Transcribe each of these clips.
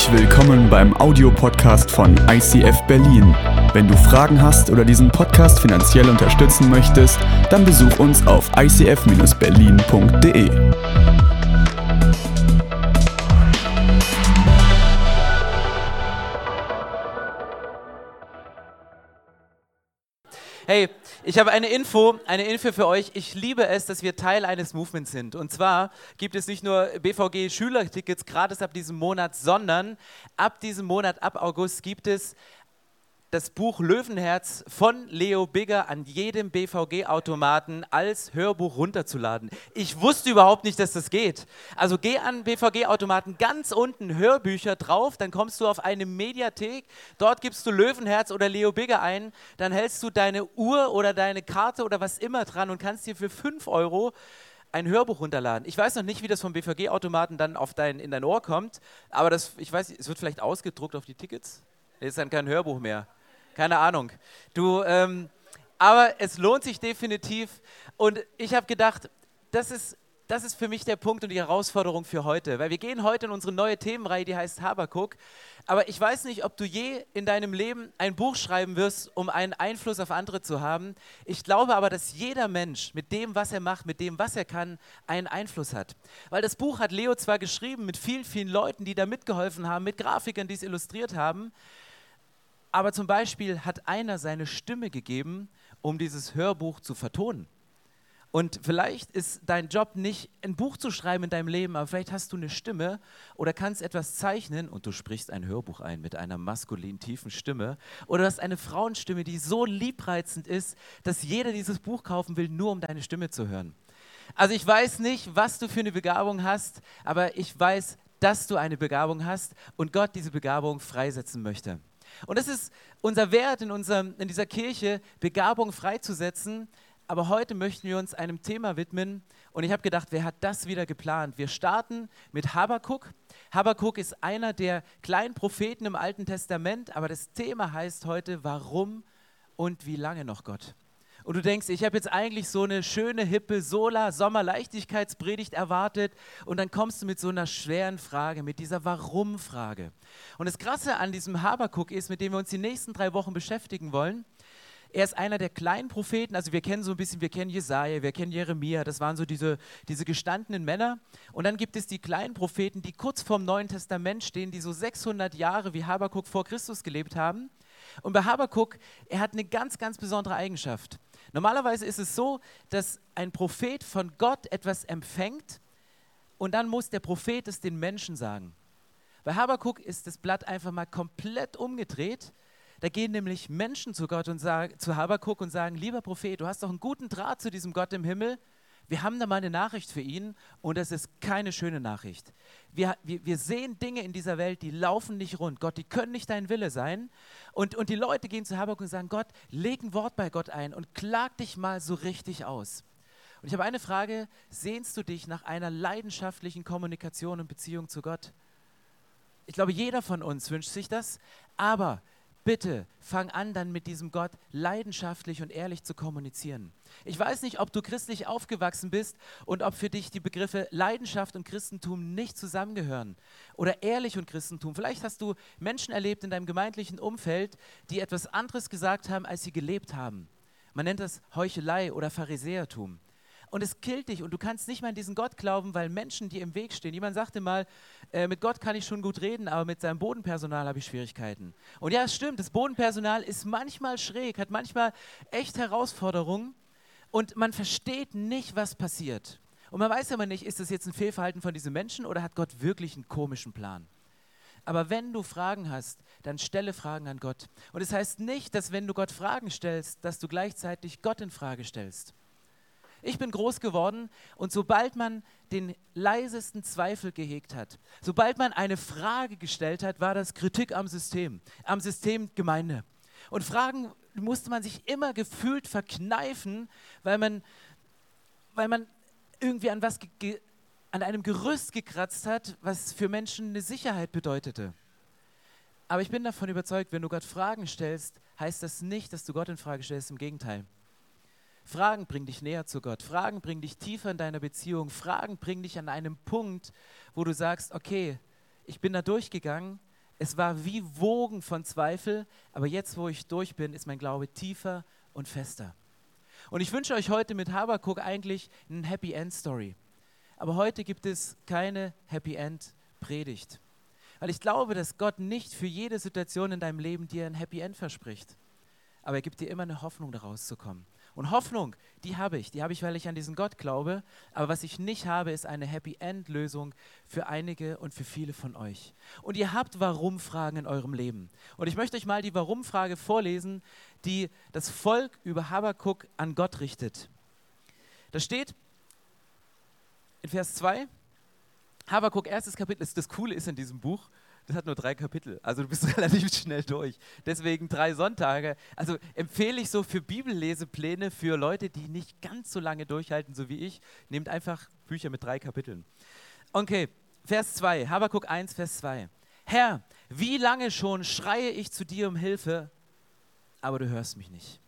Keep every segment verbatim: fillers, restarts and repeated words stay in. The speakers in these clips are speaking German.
Herzlich willkommen beim Audiopodcast von I C F Berlin. Wenn du Fragen hast oder diesen Podcast finanziell unterstützen möchtest, dann besuch uns auf i c f Bindestrich berlin punkt d e. Hey, ich habe eine Info, eine Info für euch. Ich liebe es, dass wir Teil eines Movements sind. Und zwar gibt es nicht nur B V G-Schülertickets gratis ab diesem Monat, sondern ab diesem Monat, ab August, gibt es das Buch Löwenherz von Leo Bigger an jedem B V G-Automaten als Hörbuch runterzuladen. Ich wusste überhaupt nicht, dass das geht. Also geh an B V G-Automaten, ganz unten Hörbücher drauf, dann kommst du auf eine Mediathek, dort gibst du Löwenherz oder Leo Bigger ein, dann hältst du deine Uhr oder deine Karte oder was immer dran und kannst dir für fünf Euro ein Hörbuch runterladen. Ich weiß noch nicht, wie das vom B V G-Automaten dann auf dein, in dein Ohr kommt, aber das, ich weiß, es wird vielleicht ausgedruckt auf die Tickets. Das ist dann kein Hörbuch mehr. Keine Ahnung. Du, ähm, aber es lohnt sich definitiv. Und ich habe gedacht, das ist, das ist für mich der Punkt und die Herausforderung für heute. Weil wir gehen heute in unsere neue Themenreihe, die heißt Habakuk. Aber ich weiß nicht, ob du je in deinem Leben ein Buch schreiben wirst, um einen Einfluss auf andere zu haben. Ich glaube aber, dass jeder Mensch mit dem, was er macht, mit dem, was er kann, einen Einfluss hat. Weil das Buch hat Leo zwar geschrieben mit vielen, vielen Leuten, die da mitgeholfen haben, mit Grafikern, die es illustriert haben, aber zum Beispiel hat einer seine Stimme gegeben, um dieses Hörbuch zu vertonen. Und vielleicht ist dein Job nicht, ein Buch zu schreiben in deinem Leben, aber vielleicht hast du eine Stimme oder kannst etwas zeichnen und du sprichst ein Hörbuch ein mit einer maskulinen, tiefen Stimme. Oder du hast eine Frauenstimme, die so liebreizend ist, dass jeder dieses Buch kaufen will, nur um deine Stimme zu hören. Also ich weiß nicht, was du für eine Begabung hast, aber ich weiß, dass du eine Begabung hast und Gott diese Begabung freisetzen möchte. Und das ist unser Wert in, unserem, in dieser Kirche, Begabung freizusetzen. Aber heute möchten wir uns einem Thema widmen. Und ich habe gedacht, wer hat das wieder geplant? Wir starten mit Habakuk. Habakuk ist einer der kleinen Propheten im Alten Testament. Aber das Thema heißt heute, warum und wie lange noch Gott? Und du denkst, ich habe jetzt eigentlich so eine schöne, hippe Sola-Sommer-Leichtigkeitspredigt erwartet und dann kommst du mit so einer schweren Frage, mit dieser Warum-Frage. Und das Krasse an diesem Habakuk ist, mit dem wir uns die nächsten drei Wochen beschäftigen wollen, er ist einer der kleinen Propheten, also wir kennen so ein bisschen, wir kennen Jesaja, wir kennen Jeremia, das waren so diese, diese gestandenen Männer. Und dann gibt es die kleinen Propheten, die kurz vorm Neuen Testament stehen, die so sechshundert Jahre wie Habakuk vor Christus gelebt haben. Und bei Habakuk, er hat eine ganz, ganz besondere Eigenschaft. Normalerweise ist es so, dass ein Prophet von Gott etwas empfängt und dann muss der Prophet es den Menschen sagen. Bei Habakuk ist das Blatt einfach mal komplett umgedreht. Da gehen nämlich Menschen zu Gott und sagen, zu Habakuk und sagen, lieber Prophet, du hast doch einen guten Draht zu diesem Gott im Himmel. Wir haben da mal eine Nachricht für ihn und das ist keine schöne Nachricht. Wir, wir, wir sehen Dinge in dieser Welt, die laufen nicht rund. Gott, die können nicht dein Wille sein. Und, und die Leute gehen zu Habakuk und sagen, Gott, leg ein Wort bei Gott ein und klag dich mal so richtig aus. Und ich habe eine Frage, sehnst du dich nach einer leidenschaftlichen Kommunikation und Beziehung zu Gott? Ich glaube, jeder von uns wünscht sich das, aber bitte fang an, dann mit diesem Gott leidenschaftlich und ehrlich zu kommunizieren. Ich weiß nicht, ob du christlich aufgewachsen bist und ob für dich die Begriffe Leidenschaft und Christentum nicht zusammengehören oder ehrlich und Christentum. Vielleicht hast du Menschen erlebt in deinem gemeindlichen Umfeld, die etwas anderes gesagt haben, als sie gelebt haben. Man nennt das Heuchelei oder Pharisäertum. Und es killt dich und du kannst nicht mehr an diesen Gott glauben, weil Menschen dir im Weg stehen. Jemand sagte mal, äh, mit Gott kann ich schon gut reden, aber mit seinem Bodenpersonal habe ich Schwierigkeiten. Und ja, es stimmt, das Bodenpersonal ist manchmal schräg, hat manchmal echt Herausforderungen und man versteht nicht, was passiert. Und man weiß aber nicht, ist das jetzt ein Fehlverhalten von diesen Menschen oder hat Gott wirklich einen komischen Plan? Aber wenn du Fragen hast, dann stelle Fragen an Gott. Und es das heißt nicht, dass wenn du Gott Fragen stellst, dass du gleichzeitig Gott in Frage stellst. Ich bin groß geworden und sobald man den leisesten Zweifel gehegt hat, sobald man eine Frage gestellt hat, war das Kritik am System, am System Gemeinde. Und Fragen musste man sich immer gefühlt verkneifen, weil man, weil man irgendwie an, was ge- an einem Gerüst gekratzt hat, was für Menschen eine Sicherheit bedeutete. Aber ich bin davon überzeugt, wenn du Gott Fragen stellst, heißt das nicht, dass du Gott in Frage stellst, im Gegenteil. Fragen bringen dich näher zu Gott. Fragen bringen dich tiefer in deiner Beziehung. Fragen bringen dich an einem Punkt, wo du sagst, okay, ich bin da durchgegangen, Es war wie Wogen von Zweifel, aber jetzt, wo ich durch bin, ist mein Glaube tiefer und fester. Und ich wünsche euch heute mit Habakuk eigentlich eine Happy End Story. Aber heute gibt es keine Happy End Predigt. Weil ich glaube, dass Gott nicht für jede Situation in deinem Leben dir ein Happy End verspricht. Aber er gibt dir immer eine Hoffnung, da rauszukommen. Und Hoffnung, die habe ich. Die habe ich, weil ich an diesen Gott glaube. Aber was ich nicht habe, ist eine Happy End Lösung für einige und für viele von euch. Und ihr habt Warum-Fragen in eurem Leben. Und ich möchte euch mal die Warum-Frage vorlesen, die das Volk über Habakuk an Gott richtet. Da steht in Vers zwei, Habakuk, erstes Kapitel. Das Coole ist in diesem Buch, das hat nur drei Kapitel, also du bist relativ schnell durch. Deswegen drei Sonntage. Also empfehle ich so für Bibellesepläne für Leute, die nicht ganz so lange durchhalten, so wie ich. Nehmt einfach Bücher mit drei Kapiteln. Okay, Vers zwei, Habakuk eins, Vers zwei. Herr, wie lange schon schreie ich zu dir um Hilfe, aber du hörst mich nicht.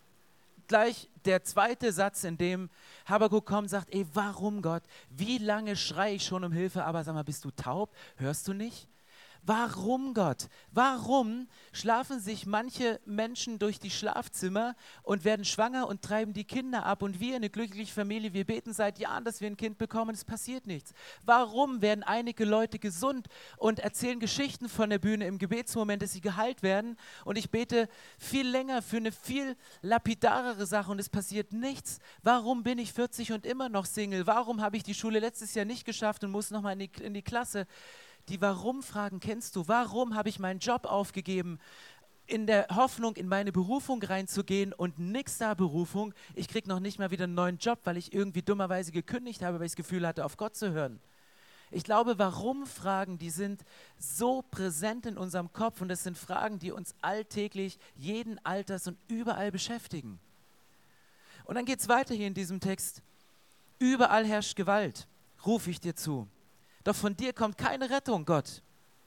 Gleich der zweite Satz, in dem Habakuk kommt, sagt, ey, warum Gott? Wie lange schreie ich schon um Hilfe, aber sag mal, bist du taub? Hörst du nicht? Warum Gott? Warum schlafen sich manche Menschen durch die Schlafzimmer und werden schwanger und treiben die Kinder ab und wir, eine glückliche Familie, wir beten seit Jahren, dass wir ein Kind bekommen, es passiert nichts. Warum werden einige Leute gesund und erzählen Geschichten von der Bühne im Gebetsmoment, dass sie geheilt werden und ich bete viel länger für eine viel lapidarere Sache und es passiert nichts? Warum bin ich vierzig und immer noch Single? Warum habe ich die Schule letztes Jahr nicht geschafft und muss nochmal in die, in die Klasse? Die Warum-Fragen kennst du. Warum habe ich meinen Job aufgegeben, in der Hoffnung, in meine Berufung reinzugehen und nix da Berufung? Ich kriege noch nicht mal wieder einen neuen Job, weil ich irgendwie dummerweise gekündigt habe, weil ich das Gefühl hatte, auf Gott zu hören. Ich glaube, Warum-Fragen, die sind so präsent in unserem Kopf und das sind Fragen, die uns alltäglich, jeden Alters und überall beschäftigen. Und dann geht es weiter hier in diesem Text. Überall herrscht Gewalt, rufe ich dir zu. Doch von dir kommt keine Rettung, Gott.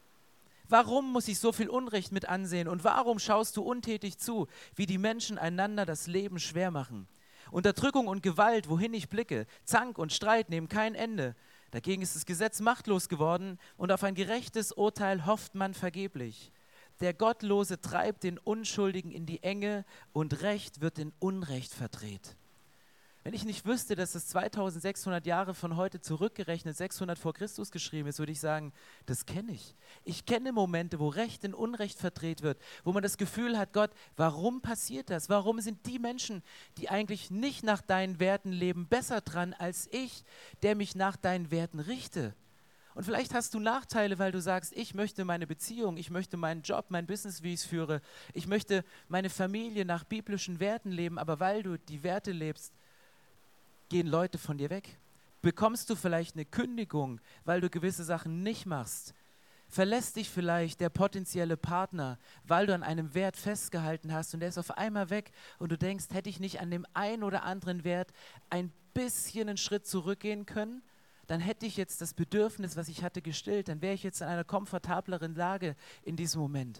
Warum muss ich so viel Unrecht mit ansehen und warum schaust du untätig zu, wie die Menschen einander das Leben schwer machen? Unterdrückung und Gewalt, wohin ich blicke, Zank und Streit nehmen kein Ende. Dagegen ist das Gesetz machtlos geworden und auf ein gerechtes Urteil hofft man vergeblich. Der Gottlose treibt den Unschuldigen in die Enge und Recht wird in Unrecht verdreht. Wenn ich nicht wüsste, dass es zweitausendsechshundert Jahre von heute zurückgerechnet, sechshundert vor Christus geschrieben ist, würde ich sagen, das kenne ich. Ich kenne Momente, wo Recht in Unrecht verdreht wird, wo man das Gefühl hat, Gott, warum passiert das? Warum sind die Menschen, die eigentlich nicht nach deinen Werten leben, besser dran als ich, der mich nach deinen Werten richte? Und vielleicht hast du Nachteile, weil du sagst, ich möchte meine Beziehung, ich möchte meinen Job, mein Business, wie ich es führe, ich möchte meine Familie nach biblischen Werten leben, aber weil du die Werte lebst, gehen Leute von dir weg? Bekommst du vielleicht eine Kündigung, weil du gewisse Sachen nicht machst? Verlässt dich vielleicht der potenzielle Partner, weil du an einem Wert festgehalten hast und der ist auf einmal weg und du denkst, hätte ich nicht an dem einen oder anderen Wert ein bisschen einen Schritt zurückgehen können, dann hätte ich jetzt das Bedürfnis, was ich hatte, gestillt, dann wäre ich jetzt in einer komfortableren Lage in diesem Moment.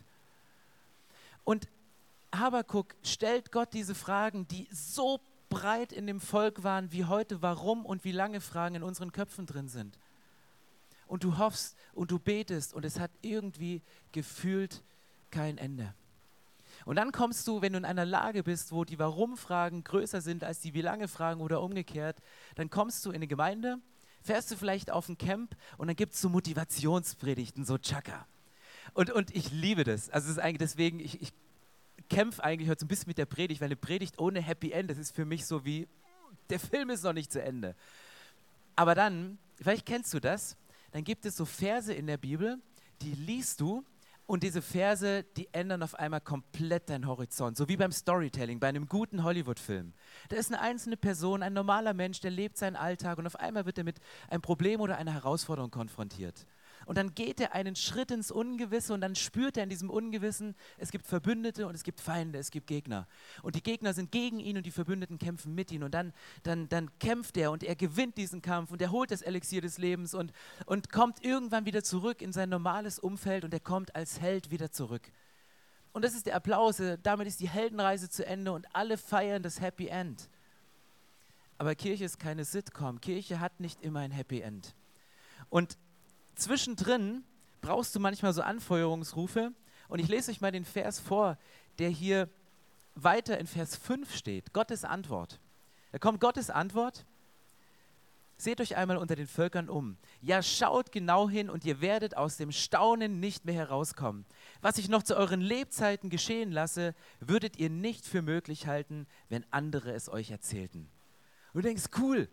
Und Habakuk stellt Gott diese Fragen, die so breit in dem Volk waren, wie heute warum und wie lange Fragen in unseren Köpfen drin sind. Und du hoffst und du betest und es hat irgendwie gefühlt kein Ende. Und dann kommst du, wenn du in einer Lage bist, wo die Warum-Fragen größer sind als die Wie-lange-Fragen oder umgekehrt, dann kommst du in eine Gemeinde, fährst du vielleicht auf ein Camp und dann gibt es so Motivationspredigten, so Chaka. Und, und ich liebe das. Also es ist eigentlich deswegen, ich, ich kämpfe eigentlich heute so ein bisschen mit der Predigt, weil eine Predigt ohne Happy End, das ist für mich so wie, der Film ist noch nicht zu Ende. Aber dann, vielleicht kennst du das, dann gibt es so Verse in der Bibel, die liest du und diese Verse, die ändern auf einmal komplett deinen Horizont. So wie beim Storytelling, bei einem guten Hollywood-Film. Da ist eine einzelne Person, ein normaler Mensch, der lebt seinen Alltag und auf einmal wird er mit einem Problem oder einer Herausforderung konfrontiert. Und dann geht er einen Schritt ins Ungewisse und dann spürt er in diesem Ungewissen, es gibt Verbündete und es gibt Feinde, es gibt Gegner. Und die Gegner sind gegen ihn und die Verbündeten kämpfen mit ihm. Und dann, dann, dann kämpft er und er gewinnt diesen Kampf und er holt das Elixier des Lebens und, und kommt irgendwann wieder zurück in sein normales Umfeld und er kommt als Held wieder zurück. Und das ist der Applaus, damit ist die Heldenreise zu Ende und alle feiern das Happy End. Aber Kirche ist keine Sitcom, Kirche hat nicht immer ein Happy End. Und zwischendrin brauchst du manchmal so Anfeuerungsrufe. Und ich lese euch mal den Vers vor, der hier weiter in Vers fünf steht. Gottes Antwort. Da kommt Gottes Antwort. Seht euch einmal unter den Völkern um. Ja, schaut genau hin und ihr werdet aus dem Staunen nicht mehr herauskommen. Was ich noch zu euren Lebzeiten geschehen lasse, würdet ihr nicht für möglich halten, wenn andere es euch erzählten. Und du denkst, cool,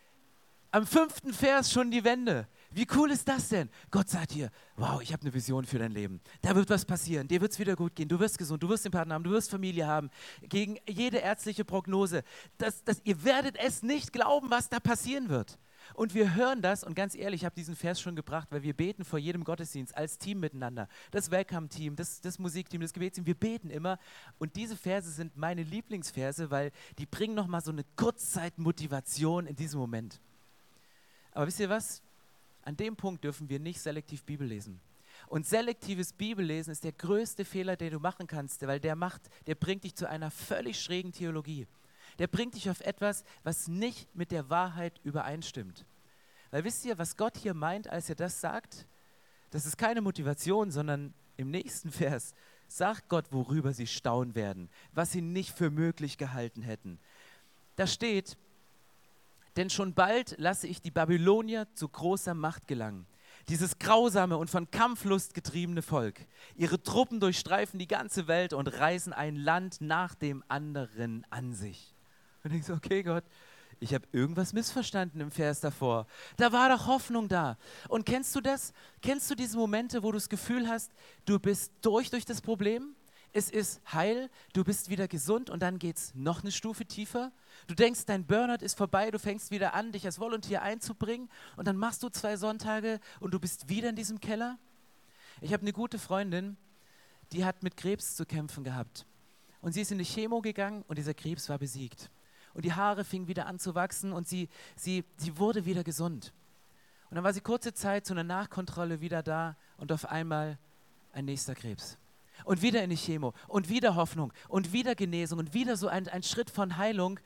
am fünften Vers schon die Wende. Wie cool ist das denn? Gott sagt dir, wow, ich habe eine Vision für dein Leben. Da wird was passieren, dir wird es wieder gut gehen, du wirst gesund, du wirst den Partner haben, du wirst Familie haben. Gegen jede ärztliche Prognose. Das, das, ihr werdet es nicht glauben, was da passieren wird. Und wir hören das, und ganz ehrlich, ich habe diesen Vers schon gebracht, weil wir beten vor jedem Gottesdienst als Team miteinander. Das Welcome-Team, das, das Musikteam, das Gebetsteam, wir beten immer. Und diese Verse sind meine Lieblingsverse, weil die bringen nochmal so eine Kurzzeitmotivation in diesem Moment. Aber wisst ihr was? An dem Punkt dürfen wir nicht selektiv Bibel lesen. Und selektives Bibellesen ist der größte Fehler, den du machen kannst, weil der macht, der bringt dich zu einer völlig schrägen Theologie. Der bringt dich auf etwas, was nicht mit der Wahrheit übereinstimmt. Weil wisst ihr, was Gott hier meint, als er das sagt? Das ist keine Motivation, sondern im nächsten Vers sagt Gott, worüber sie staunen werden, was sie nicht für möglich gehalten hätten. Da steht, denn schon bald lasse ich die Babylonier zu großer Macht gelangen. Dieses grausame und von Kampflust getriebene Volk. Ihre Truppen durchstreifen die ganze Welt und reißen ein Land nach dem anderen an sich. Und ich so, okay Gott, ich habe irgendwas missverstanden im Vers davor. Da war doch Hoffnung da. Und kennst du das? Kennst du diese Momente, wo du das Gefühl hast, du bist durch durch das Problem? Es ist heil, du bist wieder gesund und dann geht es noch eine Stufe tiefer. Du denkst, dein Burnout ist vorbei, du fängst wieder an, dich als Volunteer einzubringen und dann machst du zwei Sonntage und du bist wieder in diesem Keller. Ich habe eine gute Freundin, die hat mit Krebs zu kämpfen gehabt. Und sie ist in die Chemo gegangen und dieser Krebs war besiegt. Und die Haare fingen wieder an zu wachsen und sie, sie, sie wurde wieder gesund. Und dann war sie kurze Zeit zu einer Nachkontrolle wieder da und auf einmal ein nächster Krebs. Und wieder in die Chemo und wieder Hoffnung und wieder Genesung und wieder so ein, ein Schritt von Heilung.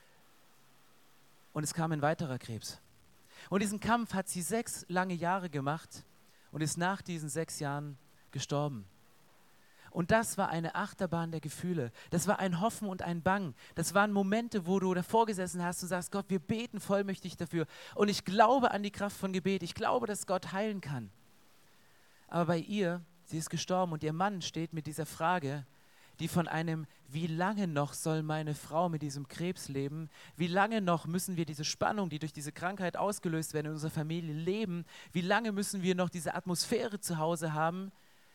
Und es kam ein weiterer Krebs. Und diesen Kampf hat sie sechs lange Jahre gemacht und ist nach diesen sechs Jahren gestorben. Und das war eine Achterbahn der Gefühle. Das war ein Hoffen und ein Bangen. Das waren Momente, wo du davor gesessen hast und sagst, Gott, wir beten vollmächtig dafür. Und ich glaube an die Kraft von Gebet. Ich glaube, dass Gott heilen kann. Aber bei ihr, sie ist gestorben und ihr Mann steht mit dieser Frage, die von einem, wie lange noch soll meine Frau mit diesem Krebs leben? Wie lange noch müssen wir diese Spannung, die durch diese Krankheit ausgelöst wird, in unserer Familie leben? Wie lange müssen wir noch diese Atmosphäre zu Hause haben?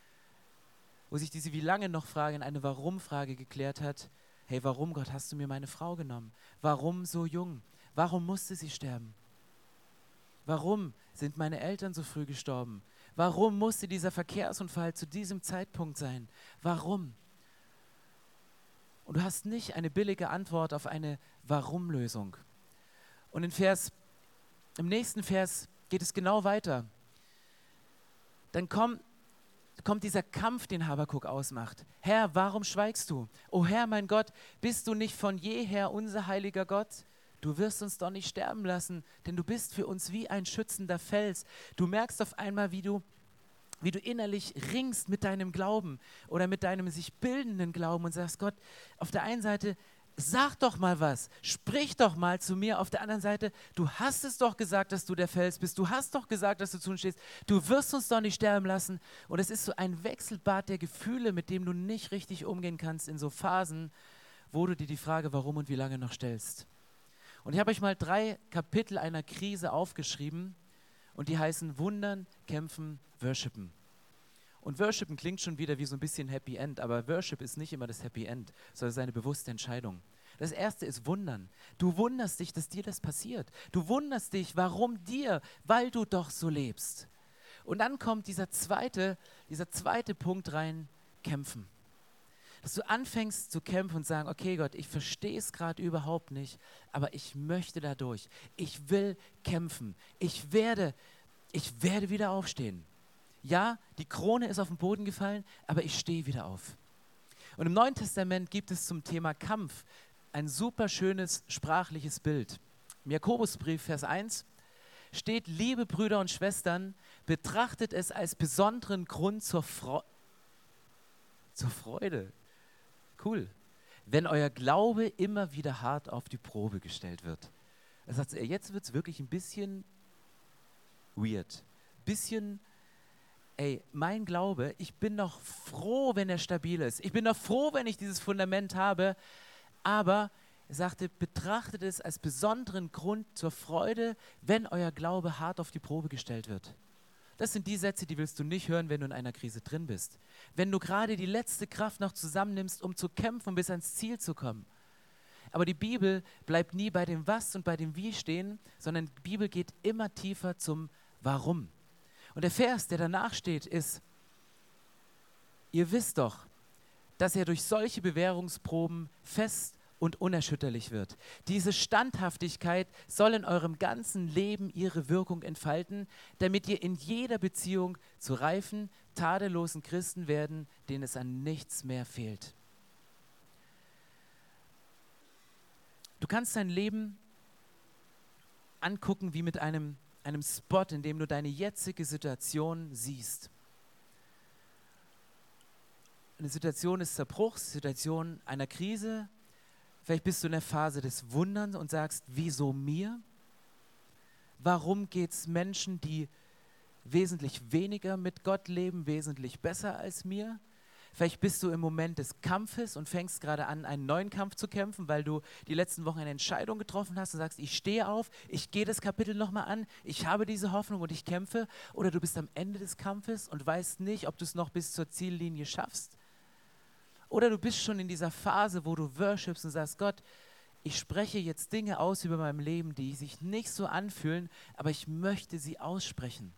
Wo sich diese wie lange noch Frage in eine Warum-Frage geklärt hat. Hey, warum, Gott, hast du mir meine Frau genommen? Warum so jung? Warum musste sie sterben? Warum sind meine Eltern so früh gestorben? Warum musste dieser Verkehrsunfall zu diesem Zeitpunkt sein? Warum? Und du hast nicht eine billige Antwort auf eine Warum-Lösung. Und in Vers, im nächsten Vers geht es genau weiter. Dann kommt kommt dieser Kampf, den Habakuk ausmacht. Herr, warum schweigst du? O Herr, mein Gott, bist du nicht von jeher unser heiliger Gott? Du wirst uns doch nicht sterben lassen, denn du bist für uns wie ein schützender Fels. Du merkst auf einmal, wie du, wie du innerlich ringst mit deinem Glauben oder mit deinem sich bildenden Glauben und sagst, Gott, auf der einen Seite, sag doch mal was, sprich doch mal zu mir. Auf der anderen Seite, du hast es doch gesagt, dass du der Fels bist. Du hast doch gesagt, dass du zu uns stehst. Du wirst uns doch nicht sterben lassen. Und es ist so ein Wechselbad der Gefühle, mit dem du nicht richtig umgehen kannst in so Phasen, wo du dir die Frage, warum und wie lange noch stellst. Und ich habe euch mal drei Kapitel einer Krise aufgeschrieben und die heißen Wundern, Kämpfen, Worshipen. Und Worshipen klingt schon wieder wie so ein bisschen Happy End, aber Worship ist nicht immer das Happy End, sondern es ist eine bewusste Entscheidung. Das erste ist Wundern. Du wunderst dich, dass dir das passiert. Du wunderst dich, warum dir, weil du doch so lebst. Und dann kommt dieser zweite, dieser zweite Punkt rein, Kämpfen. Dass du anfängst zu kämpfen und sagen, okay Gott, ich verstehe es gerade überhaupt nicht, aber ich möchte da durch. Ich will kämpfen. Ich werde, ich werde wieder aufstehen. Ja, die Krone ist auf den Boden gefallen, aber ich stehe wieder auf. Und im Neuen Testament gibt es zum Thema Kampf ein super schönes sprachliches Bild. Im Jakobusbrief, Vers eins, steht, liebe Brüder und Schwestern, betrachtet es als besonderen Grund zur, Fre- zur Freude. Cool. Wenn euer Glaube immer wieder hart auf die Probe gestellt wird. Er sagt, jetzt wird es wirklich ein bisschen weird. Bisschen, ey, mein Glaube, ich bin noch froh, wenn er stabil ist. Ich bin noch froh, wenn ich dieses Fundament habe. Aber er sagte, betrachtet es als besonderen Grund zur Freude, wenn euer Glaube hart auf die Probe gestellt wird. Das sind die Sätze, die willst du nicht hören, wenn du in einer Krise drin bist. Wenn du gerade die letzte Kraft noch zusammennimmst, um zu kämpfen, bis ans Ziel zu kommen. Aber die Bibel bleibt nie bei dem Was und bei dem Wie stehen, sondern die Bibel geht immer tiefer zum Warum. Und der Vers, der danach steht, ist, ihr wisst doch, dass er durch solche Bewährungsproben fest und unerschütterlich wird. Diese Standhaftigkeit soll in eurem ganzen Leben ihre Wirkung entfalten, damit ihr in jeder Beziehung zu reifen, tadellosen Christen werden, denen es an nichts mehr fehlt. Du kannst dein Leben angucken wie mit einem, einem Spot, in dem du deine jetzige Situation siehst. Eine Situation des Zerbruchs, Situation einer Krise. Vielleicht bist du in der Phase des Wunderns und sagst, wieso mir? Warum geht es Menschen, die wesentlich weniger mit Gott leben, wesentlich besser als mir? Vielleicht bist du im Moment des Kampfes und fängst gerade an, einen neuen Kampf zu kämpfen, weil du die letzten Wochen eine Entscheidung getroffen hast und sagst, ich stehe auf, ich gehe das Kapitel nochmal an, ich habe diese Hoffnung und ich kämpfe. Oder du bist am Ende des Kampfes und weißt nicht, ob du es noch bis zur Ziellinie schaffst. Oder du bist schon in dieser Phase, wo du worshipst und sagst, Gott, ich spreche jetzt Dinge aus über mein Leben, die sich nicht so anfühlen, aber ich möchte sie aussprechen.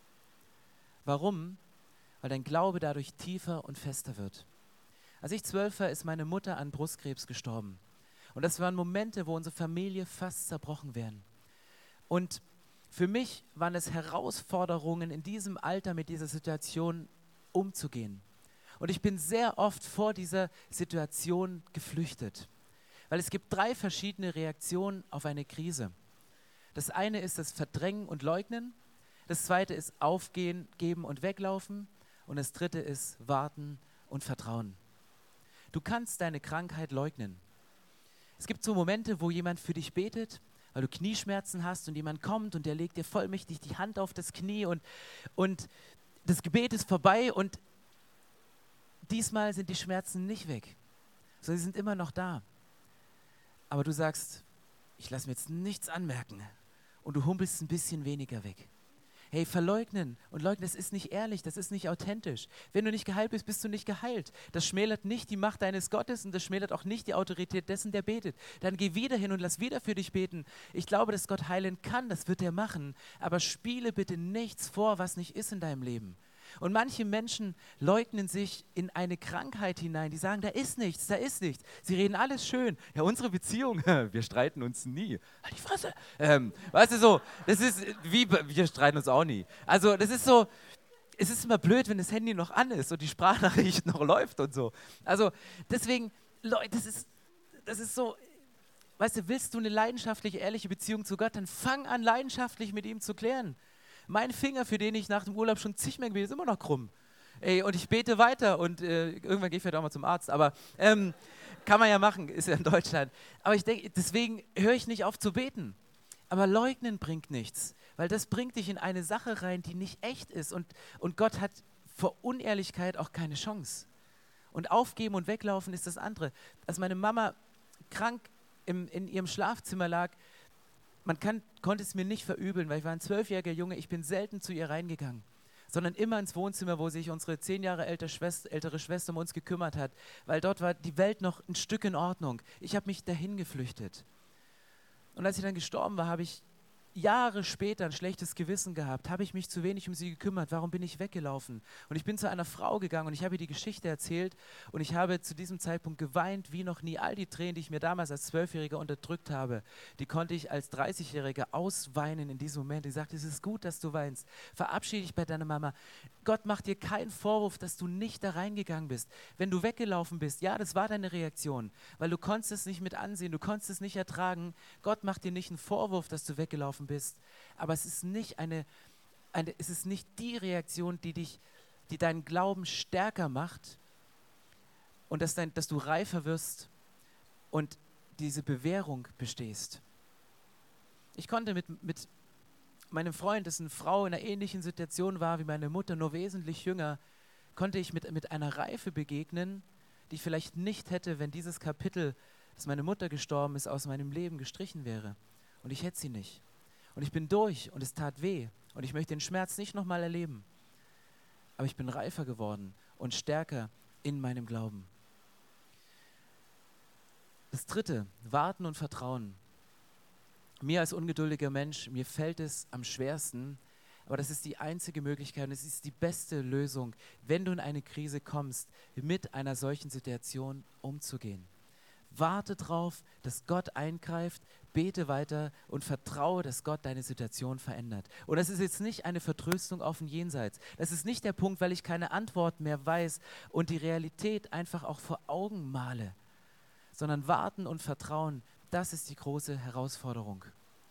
Warum? Weil dein Glaube dadurch tiefer und fester wird. Als ich zwölf war, ist meine Mutter an Brustkrebs gestorben. Und das waren Momente, wo unsere Familie fast zerbrochen wäre. Und für mich waren es Herausforderungen, in diesem Alter mit dieser Situation umzugehen. Und ich bin sehr oft vor dieser Situation geflüchtet. Weil es gibt drei verschiedene Reaktionen auf eine Krise. Das eine ist das Verdrängen und Leugnen. Das zweite ist Aufgehen, Geben und Weglaufen. Und das dritte ist Warten und Vertrauen. Du kannst deine Krankheit leugnen. Es gibt so Momente, wo jemand für dich betet, weil du Knieschmerzen hast und jemand kommt und der legt dir vollmächtig die Hand auf das Knie und, und das Gebet ist vorbei und diesmal sind die Schmerzen nicht weg, sondern sie sind immer noch da. Aber du sagst, ich lasse mir jetzt nichts anmerken und du humpelst ein bisschen weniger weg. Hey, verleugnen und leugnen, das ist nicht ehrlich, das ist nicht authentisch. Wenn du nicht geheilt bist, bist du nicht geheilt. Das schmälert nicht die Macht deines Gottes und das schmälert auch nicht die Autorität dessen, der betet. Dann geh wieder hin und lass wieder für dich beten. Ich glaube, dass Gott heilen kann, das wird er machen. Aber spiele bitte nichts vor, was nicht ist in deinem Leben. Und manche Menschen leugnen sich in eine Krankheit hinein. Die sagen, da ist nichts, da ist nichts. Sie reden alles schön. Ja, unsere Beziehung, wir streiten uns nie. Halt die Fresse. Ähm, weißt du so, das ist wie, wir streiten uns auch nie. Also das ist so, es ist immer blöd, wenn das Handy noch an ist und die Sprachnachricht noch läuft und so. Also deswegen, Leute, das ist, das ist so, weißt du, willst du eine leidenschaftliche, ehrliche Beziehung zu Gott, dann fang an, leidenschaftlich mit ihm zu klären. Mein Finger, für den ich nach dem Urlaub schon zigmal gewesen, ist immer noch krumm. Ey, und ich bete weiter und äh, irgendwann gehe ich vielleicht auch mal zum Arzt. Aber ähm, kann man ja machen, ist ja in Deutschland. Aber ich denke, deswegen höre ich nicht auf zu beten. Aber leugnen bringt nichts, weil das bringt dich in eine Sache rein, die nicht echt ist. Und, und Gott hat vor Unehrlichkeit auch keine Chance. Und aufgeben und weglaufen ist das andere. Als meine Mama krank im, in ihrem Schlafzimmer lag, man kann, konnte es mir nicht verübeln, weil ich war ein zwölfjähriger Junge, ich bin selten zu ihr reingegangen, sondern immer ins Wohnzimmer, wo sich unsere zehn Jahre ältere Schwester, ältere Schwester um uns gekümmert hat, weil dort war die Welt noch ein Stück in Ordnung. Ich habe mich dahin geflüchtet. Und als sie dann gestorben war, habe ich Jahre später ein schlechtes Gewissen gehabt. Habe ich mich zu wenig um sie gekümmert? Warum bin ich weggelaufen? Und ich bin zu einer Frau gegangen und ich habe ihr die Geschichte erzählt und ich habe zu diesem Zeitpunkt geweint wie noch nie. All die Tränen, die ich mir damals als Zwölfjähriger unterdrückt habe, die konnte ich als dreißigjähriger ausweinen in diesem Moment. Ich sagte, es ist gut, dass du weinst. Verabschiede dich bei deiner Mama. Gott macht dir keinen Vorwurf, dass du nicht da reingegangen bist. Wenn du weggelaufen bist, ja, das war deine Reaktion, weil du konntest es nicht mit ansehen, du konntest es nicht ertragen. Gott macht dir nicht einen Vorwurf, dass du weggelaufen bist. gelaufen bist. Aber es ist nicht eine, eine, es ist nicht die Reaktion, die dich, die deinen Glauben stärker macht und dass, dein, dass du reifer wirst und diese Bewährung bestehst. Ich konnte mit, mit meinem Freund, dessen Frau in einer ähnlichen Situation war wie meine Mutter, nur wesentlich jünger, konnte ich mit, mit einer Reife begegnen, die ich vielleicht nicht hätte, wenn dieses Kapitel, dass meine Mutter gestorben ist, aus meinem Leben gestrichen wäre. Und ich hätte sie nicht. Und ich bin durch und es tat weh. Und ich möchte den Schmerz nicht nochmal erleben. Aber ich bin reifer geworden und stärker in meinem Glauben. Das Dritte, Warten und Vertrauen. Mir als ungeduldiger Mensch, mir fällt es am schwersten, aber das ist die einzige Möglichkeit und es ist die beste Lösung, wenn du in eine Krise kommst, mit einer solchen Situation umzugehen. Warte darauf, dass Gott eingreift, bete weiter und vertraue, dass Gott deine Situation verändert. Und das ist jetzt nicht eine Vertröstung auf dem Jenseits. Das ist nicht der Punkt, weil ich keine Antwort mehr weiß und die Realität einfach auch vor Augen male, sondern warten und vertrauen, das ist die große Herausforderung.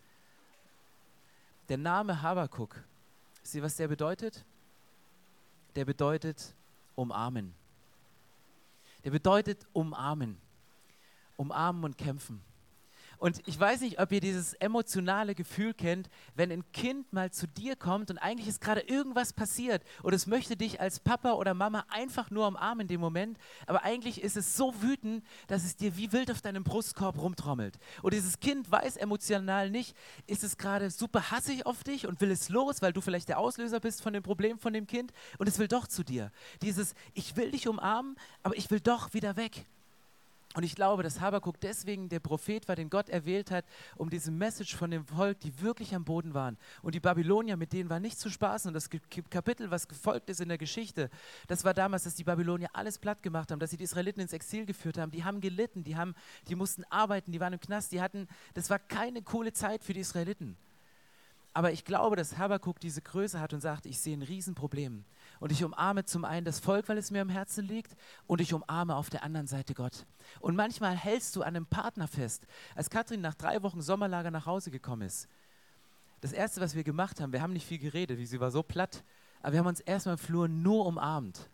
Der Name Habakuk, wisst ihr, was der bedeutet? Der bedeutet umarmen. Der bedeutet umarmen. Umarmen und kämpfen. Und ich weiß nicht, ob ihr dieses emotionale Gefühl kennt, wenn ein Kind mal zu dir kommt und eigentlich ist gerade irgendwas passiert und es möchte dich als Papa oder Mama einfach nur umarmen in dem Moment, aber eigentlich ist es so wütend, dass es dir wie wild auf deinem Brustkorb rumtrommelt. Und dieses Kind weiß emotional nicht, ist es gerade super hassig auf dich und will es los, weil du vielleicht der Auslöser bist von dem Problem von dem Kind und es will doch zu dir. Dieses, ich will dich umarmen, aber ich will doch wieder weg. Und ich glaube, dass Habakuk deswegen der Prophet war, den Gott erwählt hat, um diese Message von dem Volk, die wirklich am Boden waren. Und die Babylonier, mit denen war nicht zu spaßen. Und das Kapitel, was gefolgt ist in der Geschichte, das war damals, dass die Babylonier alles platt gemacht haben, dass sie die Israeliten ins Exil geführt haben. Die haben gelitten, die, haben, die mussten arbeiten, die waren im Knast, die hatten, das war keine coole Zeit für die Israeliten. Aber ich glaube, dass Habakuk diese Größe hat und sagt, ich sehe ein Riesenproblem. Und ich umarme zum einen das Volk, weil es mir am Herzen liegt, und ich umarme auf der anderen Seite Gott. Und manchmal hältst du an einem Partner fest. Als Katrin nach drei Wochen Sommerlager nach Hause gekommen ist, das Erste, was wir gemacht haben, wir haben nicht viel geredet, wie sie war so platt, aber wir haben uns erstmal im Flur nur umarmt.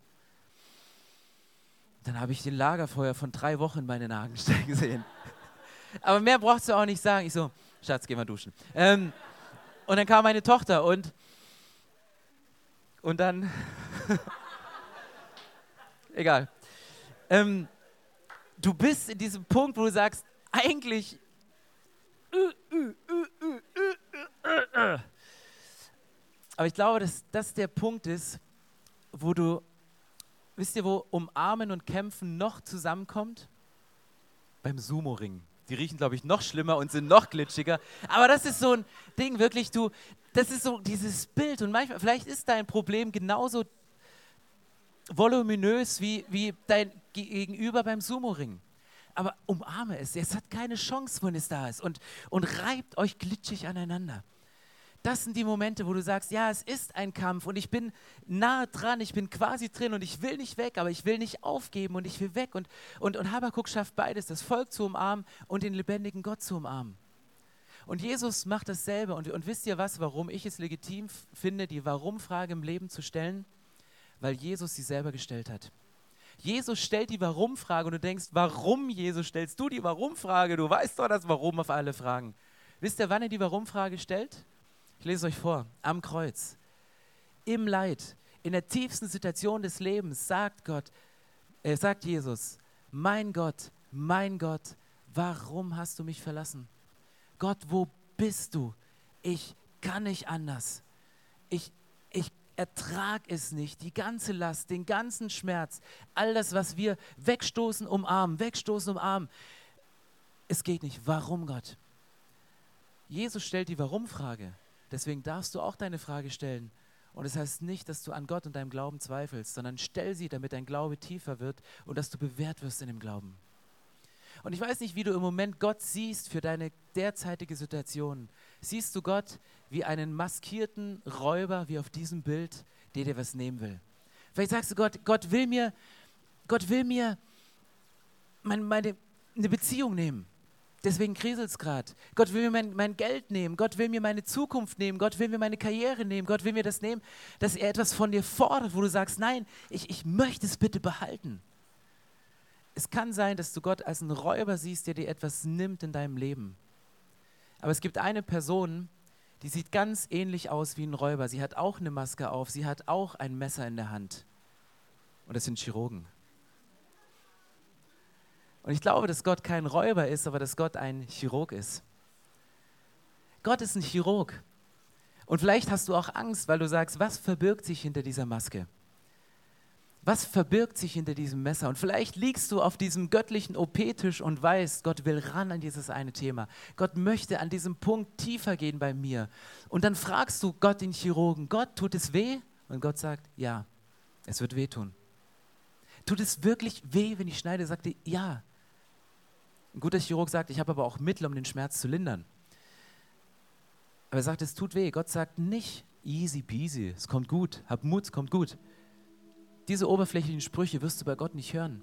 Dann habe ich den Lagerfeuer von drei Wochen in meine Nagen stecken sehen. Aber mehr brauchst du auch nicht sagen. Ich so, Schatz, geh mal duschen. Ähm, Und dann kam meine Tochter und, und dann, egal. Ähm, du bist in diesem Punkt, wo du sagst, eigentlich, uh, uh, uh, uh, uh, uh. aber ich glaube, dass das der Punkt ist, wo du, wisst ihr, wo Umarmen und Kämpfen noch zusammenkommt? Beim Sumo-Ring. Die riechen, glaube ich, noch schlimmer und sind noch glitschiger. Aber das ist so ein Ding, wirklich, du, das ist so dieses Bild. Und manchmal, vielleicht ist dein Problem genauso voluminös wie, wie dein Gegenüber beim Sumo-Ring. Aber umarme es. Es hat keine Chance, wenn es da ist. Und, und reibt euch glitschig aneinander. Das sind die Momente, wo du sagst, ja, es ist ein Kampf und ich bin nah dran, ich bin quasi drin und ich will nicht weg, aber ich will nicht aufgeben und ich will weg. Und, und, und Habakuk schafft beides, das Volk zu umarmen und den lebendigen Gott zu umarmen. Und Jesus macht dasselbe. Und, und wisst ihr was, warum ich es legitim finde, die Warum-Frage im Leben zu stellen? Weil Jesus sie selber gestellt hat. Jesus stellt die Warum-Frage und du denkst, warum, Jesus, stellst du die Warum-Frage? Du weißt doch das Warum auf alle Fragen. Wisst ihr, wann er die Warum-Frage stellt? Ich lese es euch vor, am Kreuz, im Leid, in der tiefsten Situation des Lebens sagt Gott, äh, sagt Jesus, mein Gott, mein Gott, warum hast du mich verlassen? Gott, wo bist du? Ich kann nicht anders. Ich, ich ertrage es nicht, die ganze Last, den ganzen Schmerz, all das, was wir wegstoßen, umarmen, wegstoßen, umarmen. Es geht nicht. Warum, Gott? Jesus stellt die Warum-Frage. Deswegen darfst du auch deine Frage stellen. Und es das heißt nicht, dass du an Gott und deinem Glauben zweifelst, sondern stell sie, damit dein Glaube tiefer wird und dass du bewährt wirst in dem Glauben. Und ich weiß nicht, wie du im Moment Gott siehst für deine derzeitige Situation. Siehst du Gott wie einen maskierten Räuber, wie auf diesem Bild, der dir was nehmen will? Vielleicht sagst du, Gott, Gott will mir, Gott will mir meine, meine, eine Beziehung nehmen. Deswegen kriselt es gerade. Gott will mir mein, mein Geld nehmen. Gott will mir meine Zukunft nehmen. Gott will mir meine Karriere nehmen. Gott will mir das nehmen, dass er etwas von dir fordert, wo du sagst, nein, ich, ich möchte es bitte behalten. Es kann sein, dass du Gott als einen Räuber siehst, der dir etwas nimmt in deinem Leben. Aber es gibt eine Person, die sieht ganz ähnlich aus wie ein Räuber. Sie hat auch eine Maske auf. Sie hat auch ein Messer in der Hand. Und das sind Chirurgen. Und ich glaube, dass Gott kein Räuber ist, aber dass Gott ein Chirurg ist. Gott ist ein Chirurg. Und vielleicht hast du auch Angst, weil du sagst, was verbirgt sich hinter dieser Maske? Was verbirgt sich hinter diesem Messer? Und vielleicht liegst du auf diesem göttlichen O P-Tisch und weißt, Gott will ran an dieses eine Thema. Gott möchte an diesem Punkt tiefer gehen bei mir. Und dann fragst du Gott, den Chirurgen, Gott, tut es weh? Und Gott sagt, ja, es wird wehtun. Tut es wirklich weh, wenn ich schneide? Sagt er, ja. Ein guter Chirurg sagt, ich habe aber auch Mittel, um den Schmerz zu lindern. Aber er sagt, es tut weh. Gott sagt nicht, easy peasy, es kommt gut, hab Mut, es kommt gut. Diese oberflächlichen Sprüche wirst du bei Gott nicht hören.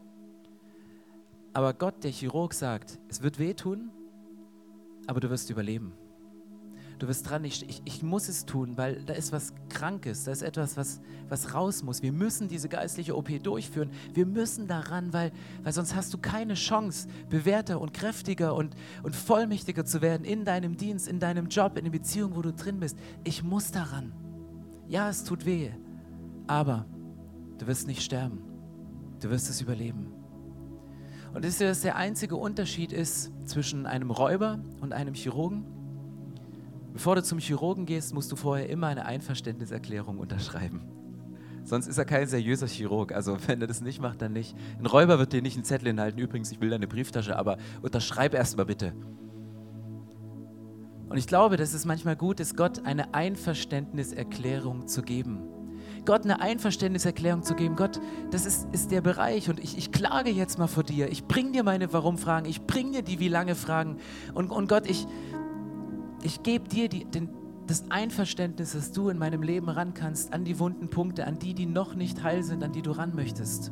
Aber Gott, der Chirurg, sagt, es wird wehtun, aber du wirst überleben. Du wirst dran, ich, ich, ich muss es tun, weil da ist was Krankes, da ist etwas, was, was raus muss. Wir müssen diese geistliche O P durchführen. Wir müssen daran, weil, weil sonst hast du keine Chance, bewährter und kräftiger und, und vollmächtiger zu werden in deinem Dienst, in deinem Job, in der Beziehung, wo du drin bist. Ich muss daran. Ja, es tut weh, aber du wirst nicht sterben. Du wirst es überleben. Und wisst ihr, dass der einzige Unterschied ist zwischen einem Räuber und einem Chirurgen? Bevor du zum Chirurgen gehst, musst du vorher immer eine Einverständniserklärung unterschreiben. Sonst ist er kein seriöser Chirurg. Also wenn er das nicht macht, dann nicht. Ein Räuber wird dir nicht einen Zettel hinhalten. Übrigens, ich will deine Brieftasche, aber unterschreib erst mal bitte. Und ich glaube, dass es manchmal gut ist, Gott eine Einverständniserklärung zu geben. Gott eine Einverständniserklärung zu geben. Gott, das ist, ist der Bereich und ich, ich klage jetzt mal vor dir. Ich bringe dir meine Warum-Fragen. Ich bringe dir die Wie-lange-Fragen. Und, und Gott, ich... Ich gebe dir die, den, das Einverständnis, dass du in meinem Leben ran kannst, an die wunden Punkte, an die, die noch nicht heil sind, an die du ran möchtest.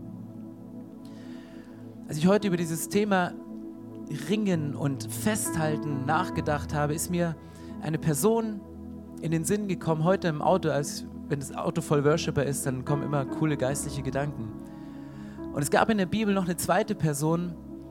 Als ich heute über dieses Thema Ringen und Festhalten nachgedacht habe, ist mir eine Person in den Sinn gekommen, heute im Auto, als wenn das Auto voll Worshipper ist, dann kommen immer coole geistliche Gedanken. Und es gab in der Bibel noch eine zweite Person,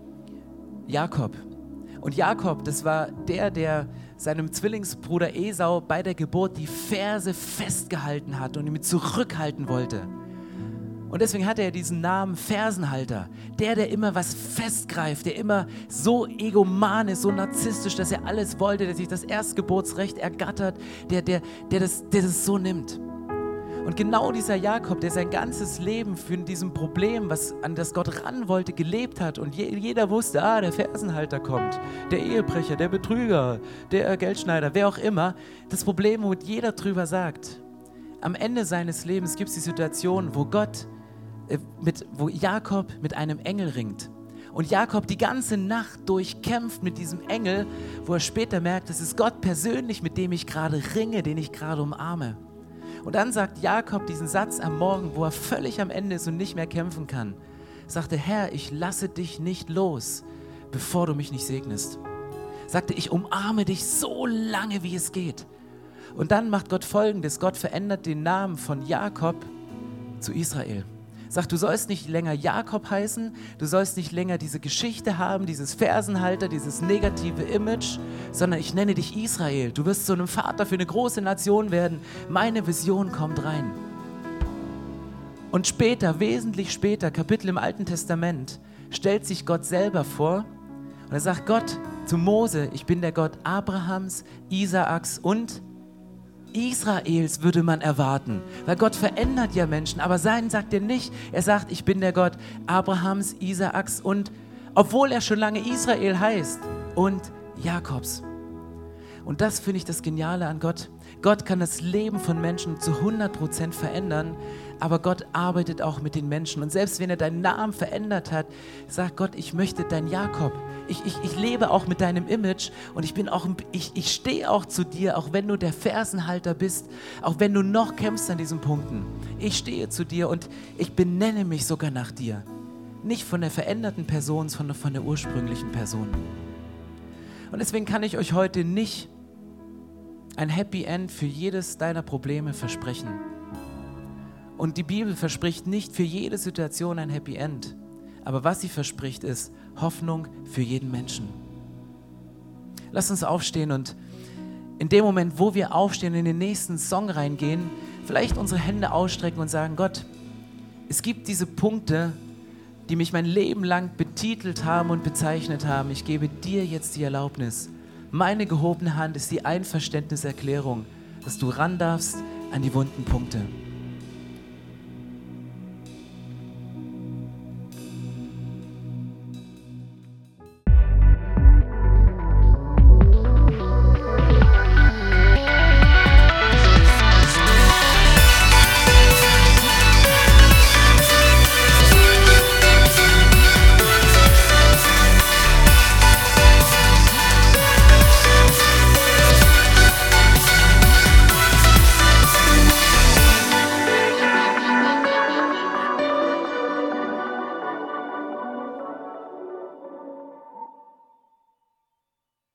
Jakob. Und Jakob, das war der, der seinem Zwillingsbruder Esau bei der Geburt die Ferse festgehalten hat und ihn zurückhalten wollte. Und deswegen hat er diesen Namen Fersenhalter. Der, der immer was festgreift, der immer so egoman ist, so narzisstisch, dass er alles wollte, der sich das Erstgeburtsrecht ergattert, der, der, der, das, der das so nimmt. Und genau dieser Jakob, der sein ganzes Leben für diesem Problem, was an das Gott ran wollte, gelebt hat und je, jeder wusste, ah, der Fersenhalter kommt, der Ehebrecher, der Betrüger, der Geldschneider, wer auch immer. Das Problem, wo jeder drüber sagt, am Ende seines Lebens gibt es die Situation, wo Gott, äh, mit, wo Jakob mit einem Engel ringt. Und Jakob die ganze Nacht durchkämpft mit diesem Engel, wo er später merkt, es ist Gott persönlich, mit dem ich gerade ringe, den ich gerade umarme. Und dann sagt Jakob diesen Satz am Morgen, wo er völlig am Ende ist und nicht mehr kämpfen kann. Sagte, Herr, ich lasse dich nicht los, bevor du mich nicht segnest. Sagte, ich umarme dich so lange, wie es geht. Und dann macht Gott Folgendes. Gott verändert den Namen von Jakob zu Israel. Sagt, du sollst nicht länger Jakob heißen, du sollst nicht länger diese Geschichte haben, dieses Fersenhalter, dieses negative Image, sondern ich nenne dich Israel. Du wirst zu einem Vater für eine große Nation werden. Meine Vision kommt rein. Und später, wesentlich später, Kapitel im Alten Testament, stellt sich Gott selber vor und er sagt Gott zu Mose, ich bin der Gott Abrahams, Isaaks und Israels, würde man erwarten, weil Gott verändert ja Menschen, aber seinen sagt er nicht. Er sagt, ich bin der Gott Abrahams, Isaaks und, obwohl er schon lange Israel heißt, und Jakobs. Und das finde ich das Geniale an Gott. Gott kann das Leben von Menschen zu hundert Prozent verändern, aber Gott arbeitet auch mit den Menschen. Und selbst wenn er deinen Namen verändert hat, sagt Gott, ich möchte dein Jakob. Ich, ich, ich lebe auch mit deinem Image und ich, bin auch, ich, ich stehe auch zu dir, auch wenn du der Fersenhalter bist, auch wenn du noch kämpfst an diesen Punkten. Ich stehe zu dir und ich benenne mich sogar nach dir. nicht von der veränderten Person, sondern von der ursprünglichen Person. Und deswegen kann ich euch heute nicht ein Happy End für jedes deiner Probleme versprechen. Und die Bibel verspricht nicht für jede Situation ein Happy End. Aber was sie verspricht, ist Hoffnung für jeden Menschen. Lass uns aufstehen und in dem Moment, wo wir aufstehen, in den nächsten Song reingehen, vielleicht unsere Hände ausstrecken und sagen, Gott, es gibt diese Punkte, die mich mein Leben lang betitelt haben und bezeichnet haben. Ich gebe dir jetzt die Erlaubnis. Meine gehobene Hand ist die Einverständniserklärung, dass du ran darfst an die wunden Punkte.